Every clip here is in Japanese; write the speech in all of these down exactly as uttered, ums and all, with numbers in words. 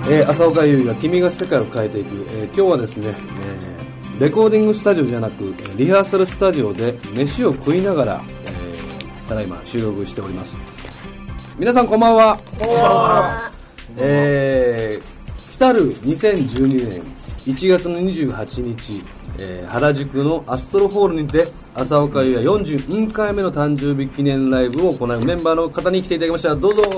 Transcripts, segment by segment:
えー、浅岡優が君が世界を変えていく、えー、今日はですね、えー、レコーディングスタジオじゃなくリハーサルスタジオで飯を食いながら、えー、ただいま収録しております。皆さんこんばんは。こんばんは。えー、来たるにせんじゅうにねんいちがつのにじゅうはちにち、えー、原宿のアストロホールにて浅岡優也よんじゅうにかいめの誕生日記念ライブを行うメンバーの方に来ていただきました。どうぞ。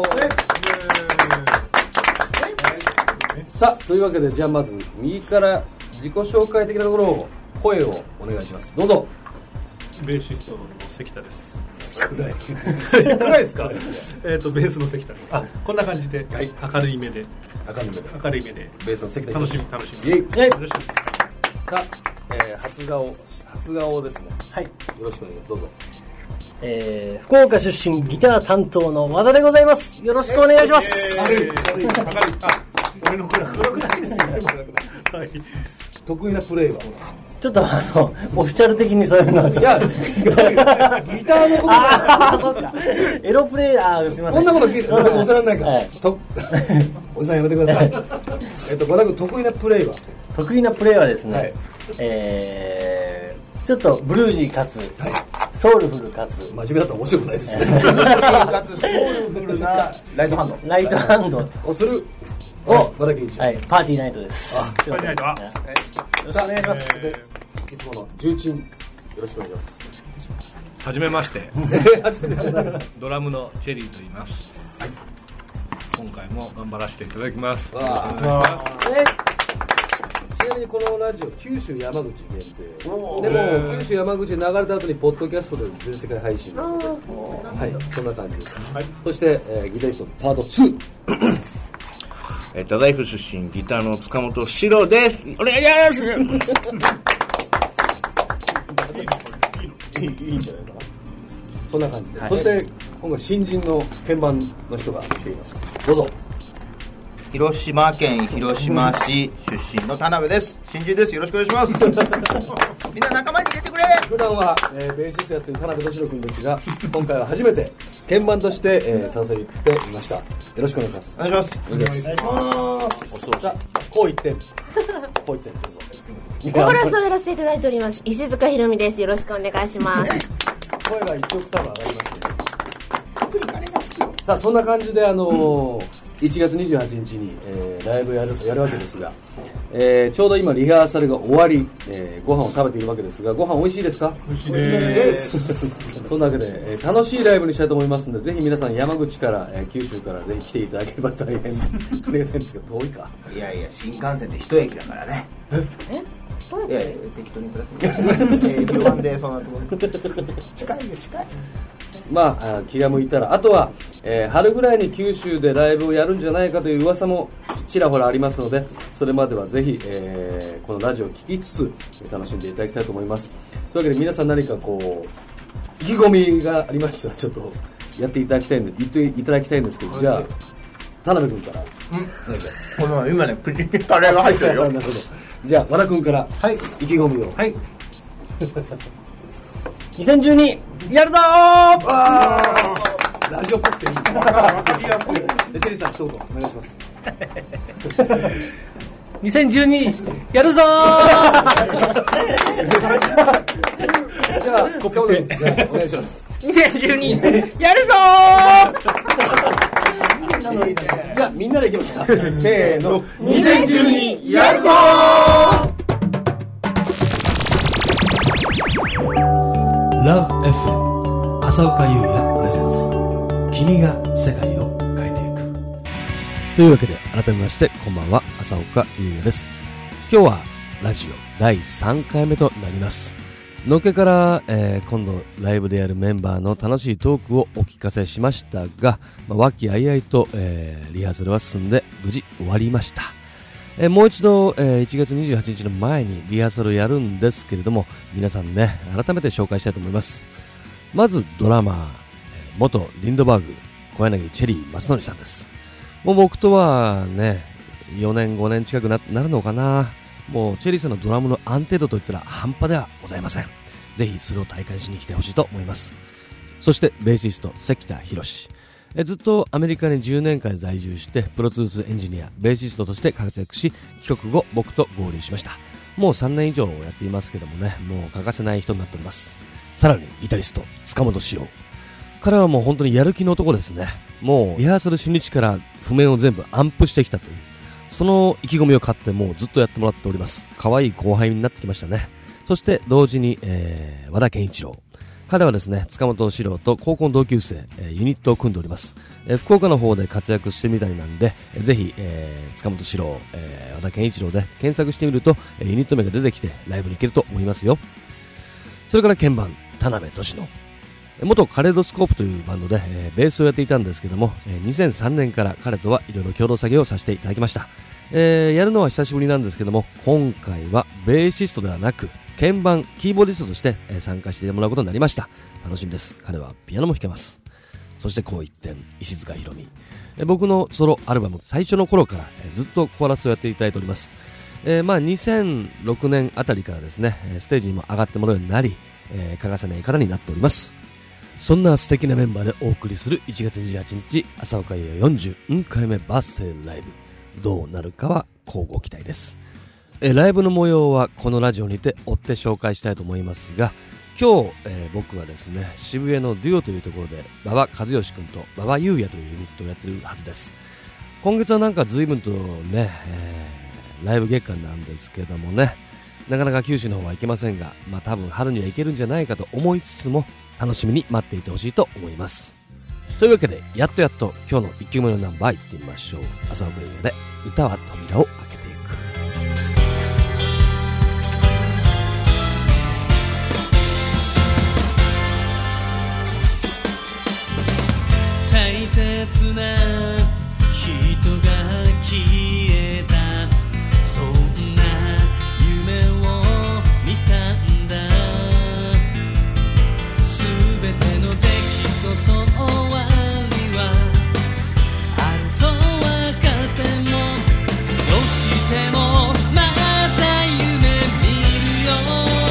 さあ、というわけでじゃあまず右から自己紹介的なところを声をお願いします。どうぞ。 ベーシストの関田です。 暗い暗いですか？えっとベースの関田です。あ、こんな感じで、はい、明るい目で明るい目で明るい目でベースの関田楽しみ楽しみ。 イエイ。 よろしくです。 さあ、えー、初顔初顔ですね。 はい。 よろしくお願いします。どうぞ。 えー、福岡出身ギター担当の和田でございます。よろしくお願いします。 明るい明るい明るい。あ、俺の声暗くないですよね。はい。 得意なプレイは。 ちょっとあのオフィシャル的にそういうのはちょっといや違うギターのことああそうかエロプレイヤーすみません。 こんなこと聞いて俺もお世話にならないから、 はい、 とおじさんやめてください。えっと和田君得意なプレイは得意なプレイはですね、 はい、 えー、ちょっとブルージーかつ、はい、ソウルフルかつ真面目だと面白くないですね。 かつソウルフルなライトハンドライトハンドをするを和田健一、 はい、パーティーナイトです。 あ、パーティーナイトは、はい、 よろしくお願いします。 えーいつもの重鎮よろしくお願いします。 はじめまして初めてじゃないドラムのチェリーと言います、はい、今回も頑張らせていただきます。 わあ、えー、ちなみにこのラジオ九州山口限定でも九州山口で流れた後にポッドキャストで全世界配信なので、はい、そんな感じです、はい、そして、えー、ギタリストパートツーえー、太宰府出身ギターの塚本史郎です。お願いしますいい, いいんじゃないかな。そんな感じで、はい、そして今回新人の鍵盤の人が来ています。どうぞ。 広島県広島市出身の田辺です。新人です。よろしくお願いしますみんな仲間に入れてくれ。 普段は、えー、ベーシストやっている田辺敏郎君ですが今回は初めて鍵盤として、えー、参戦していました。よろしくお願いします。 お願いします。 お願いします。 おさあこう一点こう一点どうぞ。 コーラスをやらせていただいております石塚ひろみです。よろしくお願いします。 声がいちオクターブ上がりますね。特に彼が好きよ。さあそんな感じであのー、いちがつにじゅうはちにちに、えー、ライブやるやるわけですが、えー、ちょうど今リハーサルが終わり、えー、ご飯を食べているわけですが、ご飯美味しいですか？ 美味しいですそんなわけで、えー、楽しいライブにしたいと思いますので、ぜひ皆さん山口から、えー、九州からぜひ来ていただければ大変ありがたいんですけど、遠いか。 いやいや新幹線で一駅だからね。ええいやいや適当に言ってください。えー、不安でそんなところ近いよ近い。 まあ気が向いたら、あとは、えー、春ぐらいに九州でライブをやるんじゃないかという噂もちらほらありますので、それまではぜひ、えー、このラジオを聴きつつ楽しんでいただきたいと思います。というわけで皆さん何かこう意気込みがありましたらちょっとやっていただきたいんで言っていただきたいんですけど、じゃあ田辺君からお願いします。 この今ね口にカレーが入ってるよ。 なるほど。じゃあ和田君から、はい、意気込みを。 はいにせんじゅうにやるぞー。 ラジオっぽくていい。シェリーさん一言お願いします。 にせんじゅうにやるぞー。 じゃあコップでお願いします。 にせんじゅうにやるぞー。じゃあみんなでいきますか。せーの。にせんじゅうにやるぞー。ラブ エフエム 浅岡優也プレゼンツ、君が世界を変えていく。というわけで改めましてこんばんは、浅岡優也です。今日はラジオだいさんかいめとなります。のっけから、えー、今度ライブでやるメンバーの楽しいトークをお聞かせしましたが、まあ、和気あいあいと、えー、リハーサルは進んで無事終わりました。えー、もう一度、えー、いちがつにじゅうはちにちの前にリハーサルをやるんですけれども、皆さんね改めて紹介したいと思います。まずドラマー元リンドバーグ小柳チェリー正則さんです。もう僕とはねよねんごねん近く な, なるのかな。もうチェリーさんのドラムの安定度といったら半端ではございません。ぜひそれを体感しに来てほしいと思います。そしてベーシスト関田博、 えずっとアメリカにじゅうねんかん在住してプロツースエンジニア、ベーシストとして活躍し、帰国後僕と合流しました。もうさんねん以上やっていますけどもね、もう欠かせない人になっております。さらにギタリスト塚本史郎、彼はもう本当にやる気の男ですね。もうリハーサル初日から譜面を全部アンプしてきたという、その意気込みを買ってもうずっとやってもらっております。可愛い後輩になってきましたね。そして同時に、えー、和田健一郎、彼はですね、塚本史郎と高校の同級生、えー、ユニットを組んでおります。えー、福岡の方で活躍してみたいなんで、えー、ぜひ、えー、塚本史郎、えー、和田健一郎で検索してみると、えー、ユニット名が出てきてライブに行けると思いますよ。それから鍵盤田辺俊野、元カレドスコープというバンドで、えー、ベースをやっていたんですけども、えー、にせんさんねんから彼とはいろいろ共同作業をさせていただきました。えー、やるのは久しぶりなんですけども、今回はベーシストではなく鍵盤キーボーディストとして、えー、参加してもらうことになりました。楽しみです。彼はピアノも弾けます。そしてこう一点、石塚ひろみ、えー、僕のソロアルバム最初の頃から、えー、ずっとコーラスをやっていただいております。えー、まあにせんろくねんあたりからですね、ステージにも上がってもらうようになり、えー、欠かせない方になっております。そんな素敵なメンバーでお送りするいちがつにじゅうはちにち浅岡優也よんじゅうよんかいめバースデーライブ、どうなるかは乞うご期待です。えライブの模様はこのラジオにて追って紹介したいと思いますが、今日、えー、僕はですね、渋谷のデュオというところで馬場和義君と馬場優也というユニットをやってるはずです。今月はなんか随分とね、えー、ライブ月間なんですけどもね、なかなか九州の方は行けませんが、まあ多分春には行けるんじゃないかと思いつつも、楽しみに待っていてほしいと思います。というわけで、やっとやっと今日のいっきゅうめのナンバーいってみましょう。浅岡優也で歌は扉を開けていく。 大切な人が消えた、そんな夢を見たんだ。すべての出来事終わりはあると分かっても、どうしてもまた夢見るよ。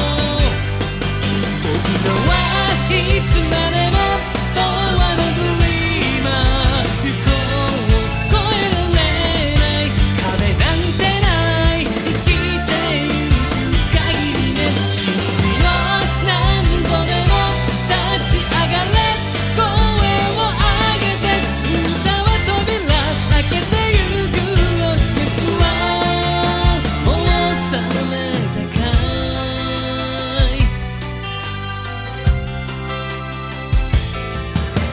僕らはいつまでも永遠のドリーマー、不幸を越えられない壁なんてない、生きてゆく限りね。信じよう、何度でも立ち上がれ、声を上げて歌は扉開けてゆくよ。熱はもう冷めたかい。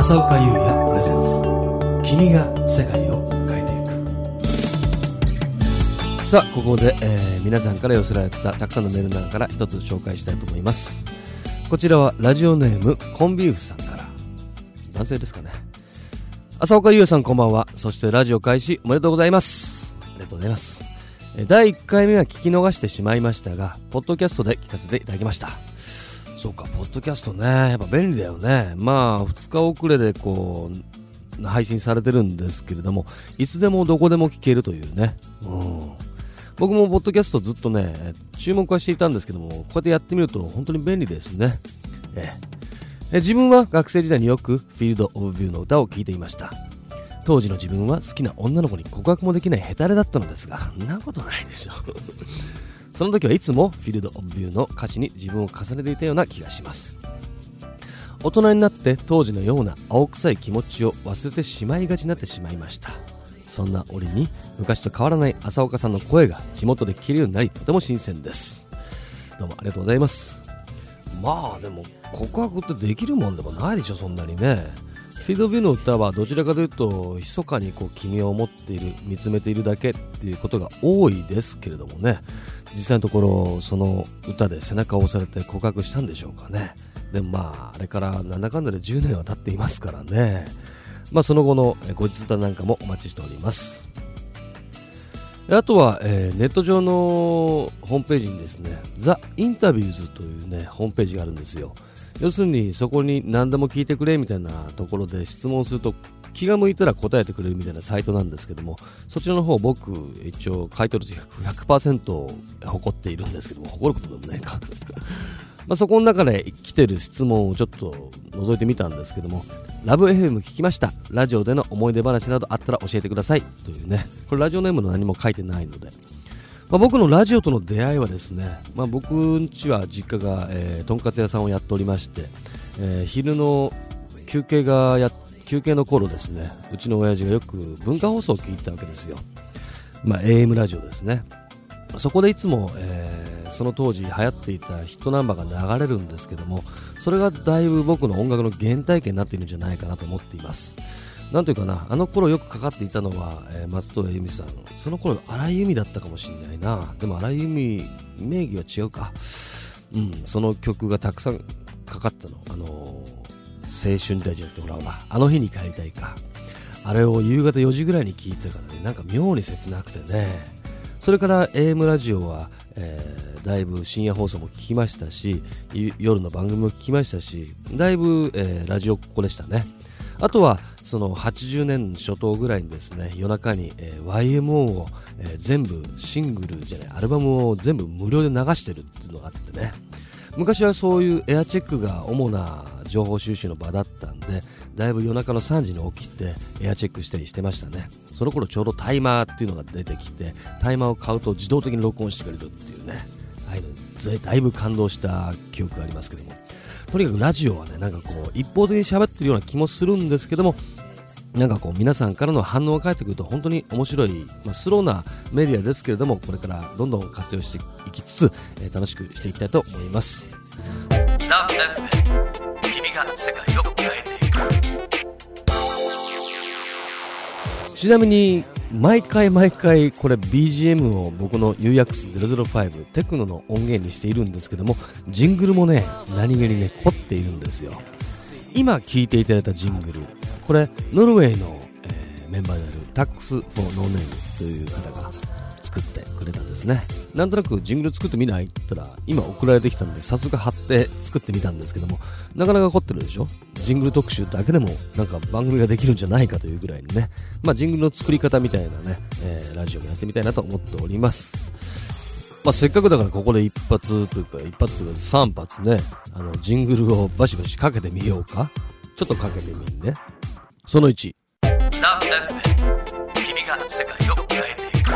浅岡優也プレゼンツ、君が世界を変えていく。さあここで、えー、皆さんから寄せられたたくさんのメールの中から一つ紹介したいと思います。こちらはラジオネームコンビーフさんから、男性ですかね。浅岡優也さんこんばんは。そしてラジオ開始おめでとうございます。ありがとうございます。だいいっかいめは聞き逃してしまいましたが、ポッドキャストで聞かせていただきました。そうか、ポッドキャストね、やっぱ便利だよね。まあふつか遅れでこう配信されてるんですけれども、いつでもどこでも聞けるというね、うん、僕もポッドキャストずっとね注目はしていたんですけども、こうやってやってみると本当に便利ですね。ええ、自分は学生時代によくフィールド・オブ・ビューの歌を聴いていました。当時の自分は好きな女の子に告白もできないヘタレだったのですが、そんなことないでしょその時はいつもフィールド・オブ・ビューの歌詞に自分を重ねていたような気がします。大人になって当時のような青臭い気持ちを忘れてしまいがちになってしまいました。そんな折に昔と変わらない浅岡さんの声が地元で聞けるようになり、とても新鮮です。どうもありがとうございます。まあでも告白ってできるもんでもないでしょ、そんなにね。フィールド・ビューの歌はどちらかというと密かにこう君を思っている、見つめているだけっていうことが多いですけれどもね、実際のところその歌で背中を押されて告白したんでしょうかね。でもまああれからなんだかんだでじゅうねんは経っていますからね。まあその後の後日談なんかもお待ちしております。あとは、えー、ネット上のホームページにですね、ザ・インタビューズというねホームページがあるんですよ。要するにそこに何でも聞いてくれみたいなところで質問すると気が向いたら答えてくれるみたいなサイトなんですけども、そちらの方僕一応回答率 ひゃくパーセント 誇っているんですけども、誇ることでもないかまあそこの中で来てる質問をちょっと覗いてみたんですけども、ラブ エフエム 聞きました、ラジオでの思い出話などあったら教えてくださいというね、これラジオネームの何も書いてないので、まあ、僕のラジオとの出会いはですね、まあ、僕ん家は実家が、えー、とんかつ屋さんをやっておりまして、えー、昼の休憩がや休憩の頃ですね、うちの親父がよく文化放送を聞いてたわけですよ。まあ エーエム ラジオですね。そこでいつも、えー、その当時流行っていたヒットナンバーが流れるんですけども、それがだいぶ僕の音楽の原体験になっているんじゃないかなと思っています。なんというかな、あの頃よくかかっていたのは、えー、松任谷由実さん、その頃の荒井由実だったかもしれないな。でも荒井由実名義は違うか、うん、その曲がたくさんかかったの、あのー、青春時代じゃなくて、ほらほらあの日に帰りたいか、あれを夕方よじぐらいに聞いてたからね、なんか妙に切なくてね。それから エーエム ラジオは、えー、だいぶ深夜放送も聞きましたし、夜の番組も聞きましたし、だいぶ、えー、ラジオっ子でしたね。あとはそのはちじゅうねん初頭ぐらいにですね、夜中に、えー、ワイエムオー を、えー、全部シングルじゃないアルバムを全部無料で流してるっていうのがあってね、昔はそういうエアチェックが主な情報収集の場だったんで、だいぶ夜中のさんじに起きてエアチェックしたりしてましたね。その頃ちょうどタイマーっていうのが出てきて、タイマーを買うと自動的に録音してくれるっていうね、ああいうのだいぶ感動した記憶がありますけども、とにかくラジオはね、なんかこう一方的に喋ってるような気もするんですけども、なんかこう皆さんからの反応が返ってくると本当に面白い、まあ、スローなメディアですけれども、これからどんどん活用していきつつ、えー、楽しくしていきたいと思います。ラブ エフエム、 君が世界を変えていく。ちなみに毎回毎回これ ビージーエム を僕の ユーエックスゼロゼロファイブ テクノの音源にしているんですけども、ジングルもね何気にね凝っているんですよ。今聴いていただいたジングル、これノルウェーの、えー、メンバーである タックス フォー ノーネームという方が作ってくれたんですね。なんとなくジングル作ってみないって言ったら今送られてきたんで早速貼って作ってみたんですけども、なかなか凝ってるでしょ。ジングル特集だけでもなんか番組ができるんじゃないかというぐらいにね、まあジングルの作り方みたいなね、えー、ラジオもやってみたいなと思っております。まあせっかくだからここで一発というか一発というか三発ね、あのジングルをバシバシかけてみようか。ちょっとかけてみんね。そのいち、ラブ エフエム、 君が世界を変えていく。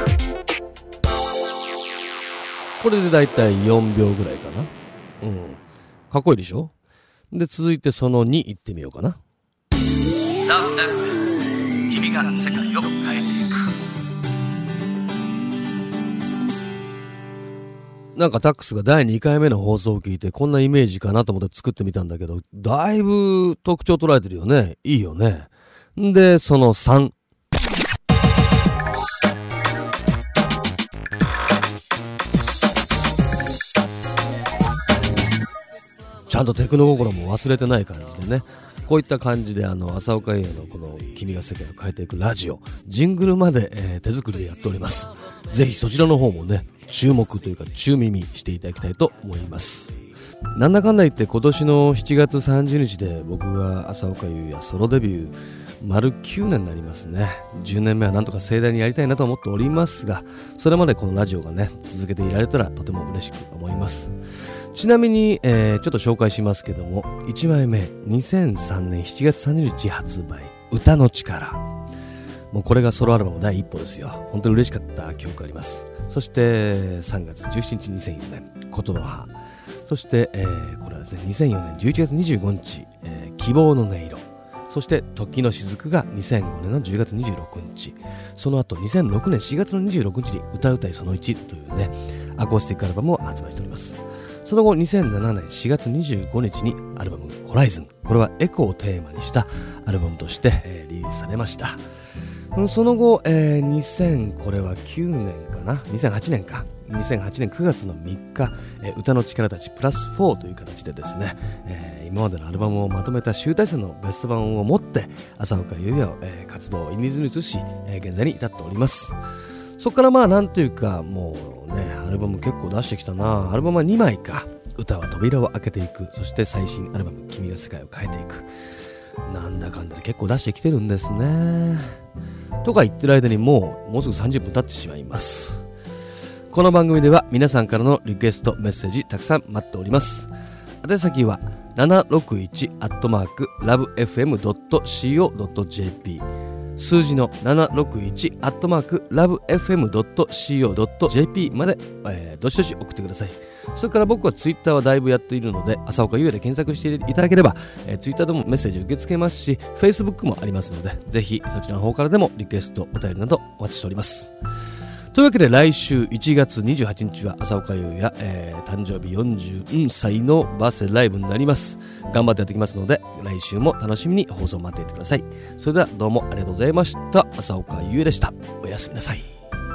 これでだいたいよんびょうぐらいかな。うん、かっこいいでしょ。で続いてそのにいってみようかな。ラブ エフエム、 君が世界を変えていく。 なんかタックスがだいにかいめの放送を聞いてこんなイメージかなと思って作ってみたんだけど、だいぶ特徴捉えてるよね。いいよね。でそのさん、ちゃんとテクノ心も忘れてない感じでね、こういった感じであの浅岡優也のこの君が世界を変えていくラジオジングルまで、えー、手作りでやっております。ぜひそちらの方もね注目というか中耳していただきたいと思います。なんだかんだ言って今年のしちがつさんじゅうにちで僕が浅岡優也ソロデビュー丸きゅうねんになりますね。じゅうねんめはなんとか盛大にやりたいなと思っておりますが、それまでこのラジオがね続けていられたらとても嬉しく思います。ちなみに、えー、ちょっと紹介しますけども、いちまいめにせんさんねんしちがつさんじゅうにち発売、歌の力。もうこれがソロアルバム第一歩ですよ。本当に嬉しかった記憶があります。そしてさんがつじゅうしちにちにせんよねん言葉葉。そして、えー、これはですねにせんよねんじゅういちがつにじゅうごにち、えー、希望の音色。そして時の雫がにせんごねんのじゅうがつにじゅうろくにち、その後にせんろくねんしがつのにじゅうろくにちに歌うたいそのいちというねアコースティックアルバムを発売しております。その後にせんななねんしがつにじゅうごにちにアルバムホライズン、これはエコーをテーマにしたアルバムとして、えー、リリースされました。その後、えー、にせんこれはきゅうねんかなにせんはちねんかにせんはちねんくがつのみっか、えー、歌の力たちプラスフォーという形でですね、えー、今までのアルバムをまとめた集大成のベスト版を持って浅岡優也を、えー、活動をインディーズに移し、えー、現在に至っております。そこからまあなんというかもうねアルバム結構出してきたな。アルバムはにまいか。歌は扉を開けていく、そして最新アルバム君が世界を変えていく、なんだかんだで結構出してきてるんですね。とか言ってる間にもうもうすぐさんじゅっぷん経ってしまいます。この番組では皆さんからのリクエストメッセージたくさん待っております。宛先はななろくいちアットマークラブエフエムドットシーオードットジェーピー、数字のななろくいちアットマークラブエフエムドットシーオードットジェーピー まで、えー、どしどし送ってください。それから僕はツイッターはだいぶやっているので浅岡優也で検索していただければ、えー、ツイッターでもメッセージ受け付けますし Facebook もありますので、ぜひそちらの方からでもリクエストお便りなどお待ちしております。というわけで来週いちがつにじゅうはちにちは浅岡優也、えー、誕生日よんじゅっさいのバースデーライブになります。頑張ってやってきますので来週も楽しみに放送を待っていてください。それではどうもありがとうございました。浅岡優也でした。おやすみなさい。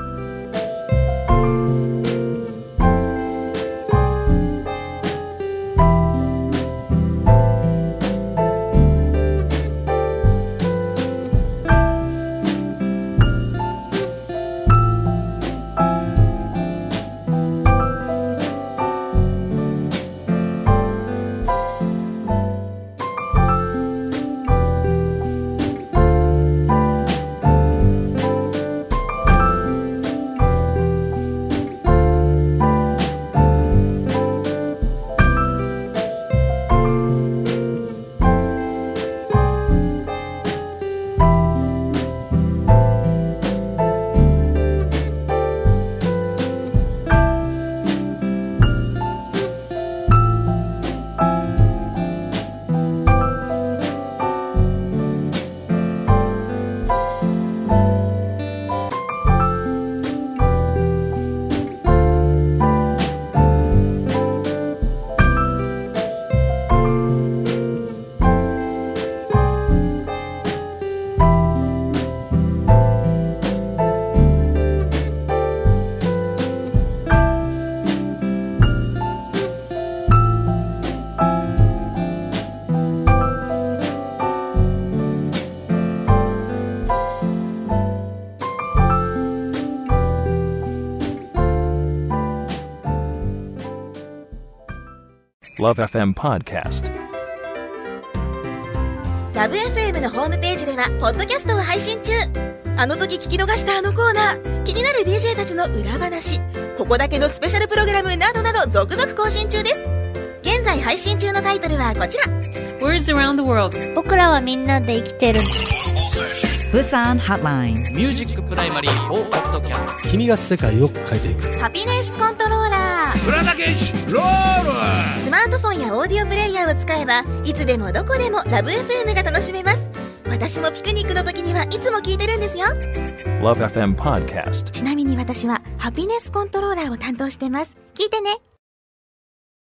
ラブ エフエム Podcast。 ラブ エフエム のホームページではポッドキャストを配信中。あの時聞き逃したあのコーナー、気になる ディージェー たちの裏話、ここだけのスペシャルプログラムなどなど続々更新中です。現在配信中のタイトルはこちら。 Words around the world。 僕らはみんなで生きてる。 ブサンハッライン。 ミュージックプライマリーフォーポッドキャスト。 君が世界を変えていく。 ハピネスコントローラー。 プラダケシロール。 スマートフォンやオーディオプレイヤーを使えばいつでもどこでもラブ エフエム が楽しめます。私もピクニックの時にはいつも聞いてるんですよ。 ラブ エフエム Podcast。 ちなみに私はハピネスコントローラーを担当してます。 聞いてね。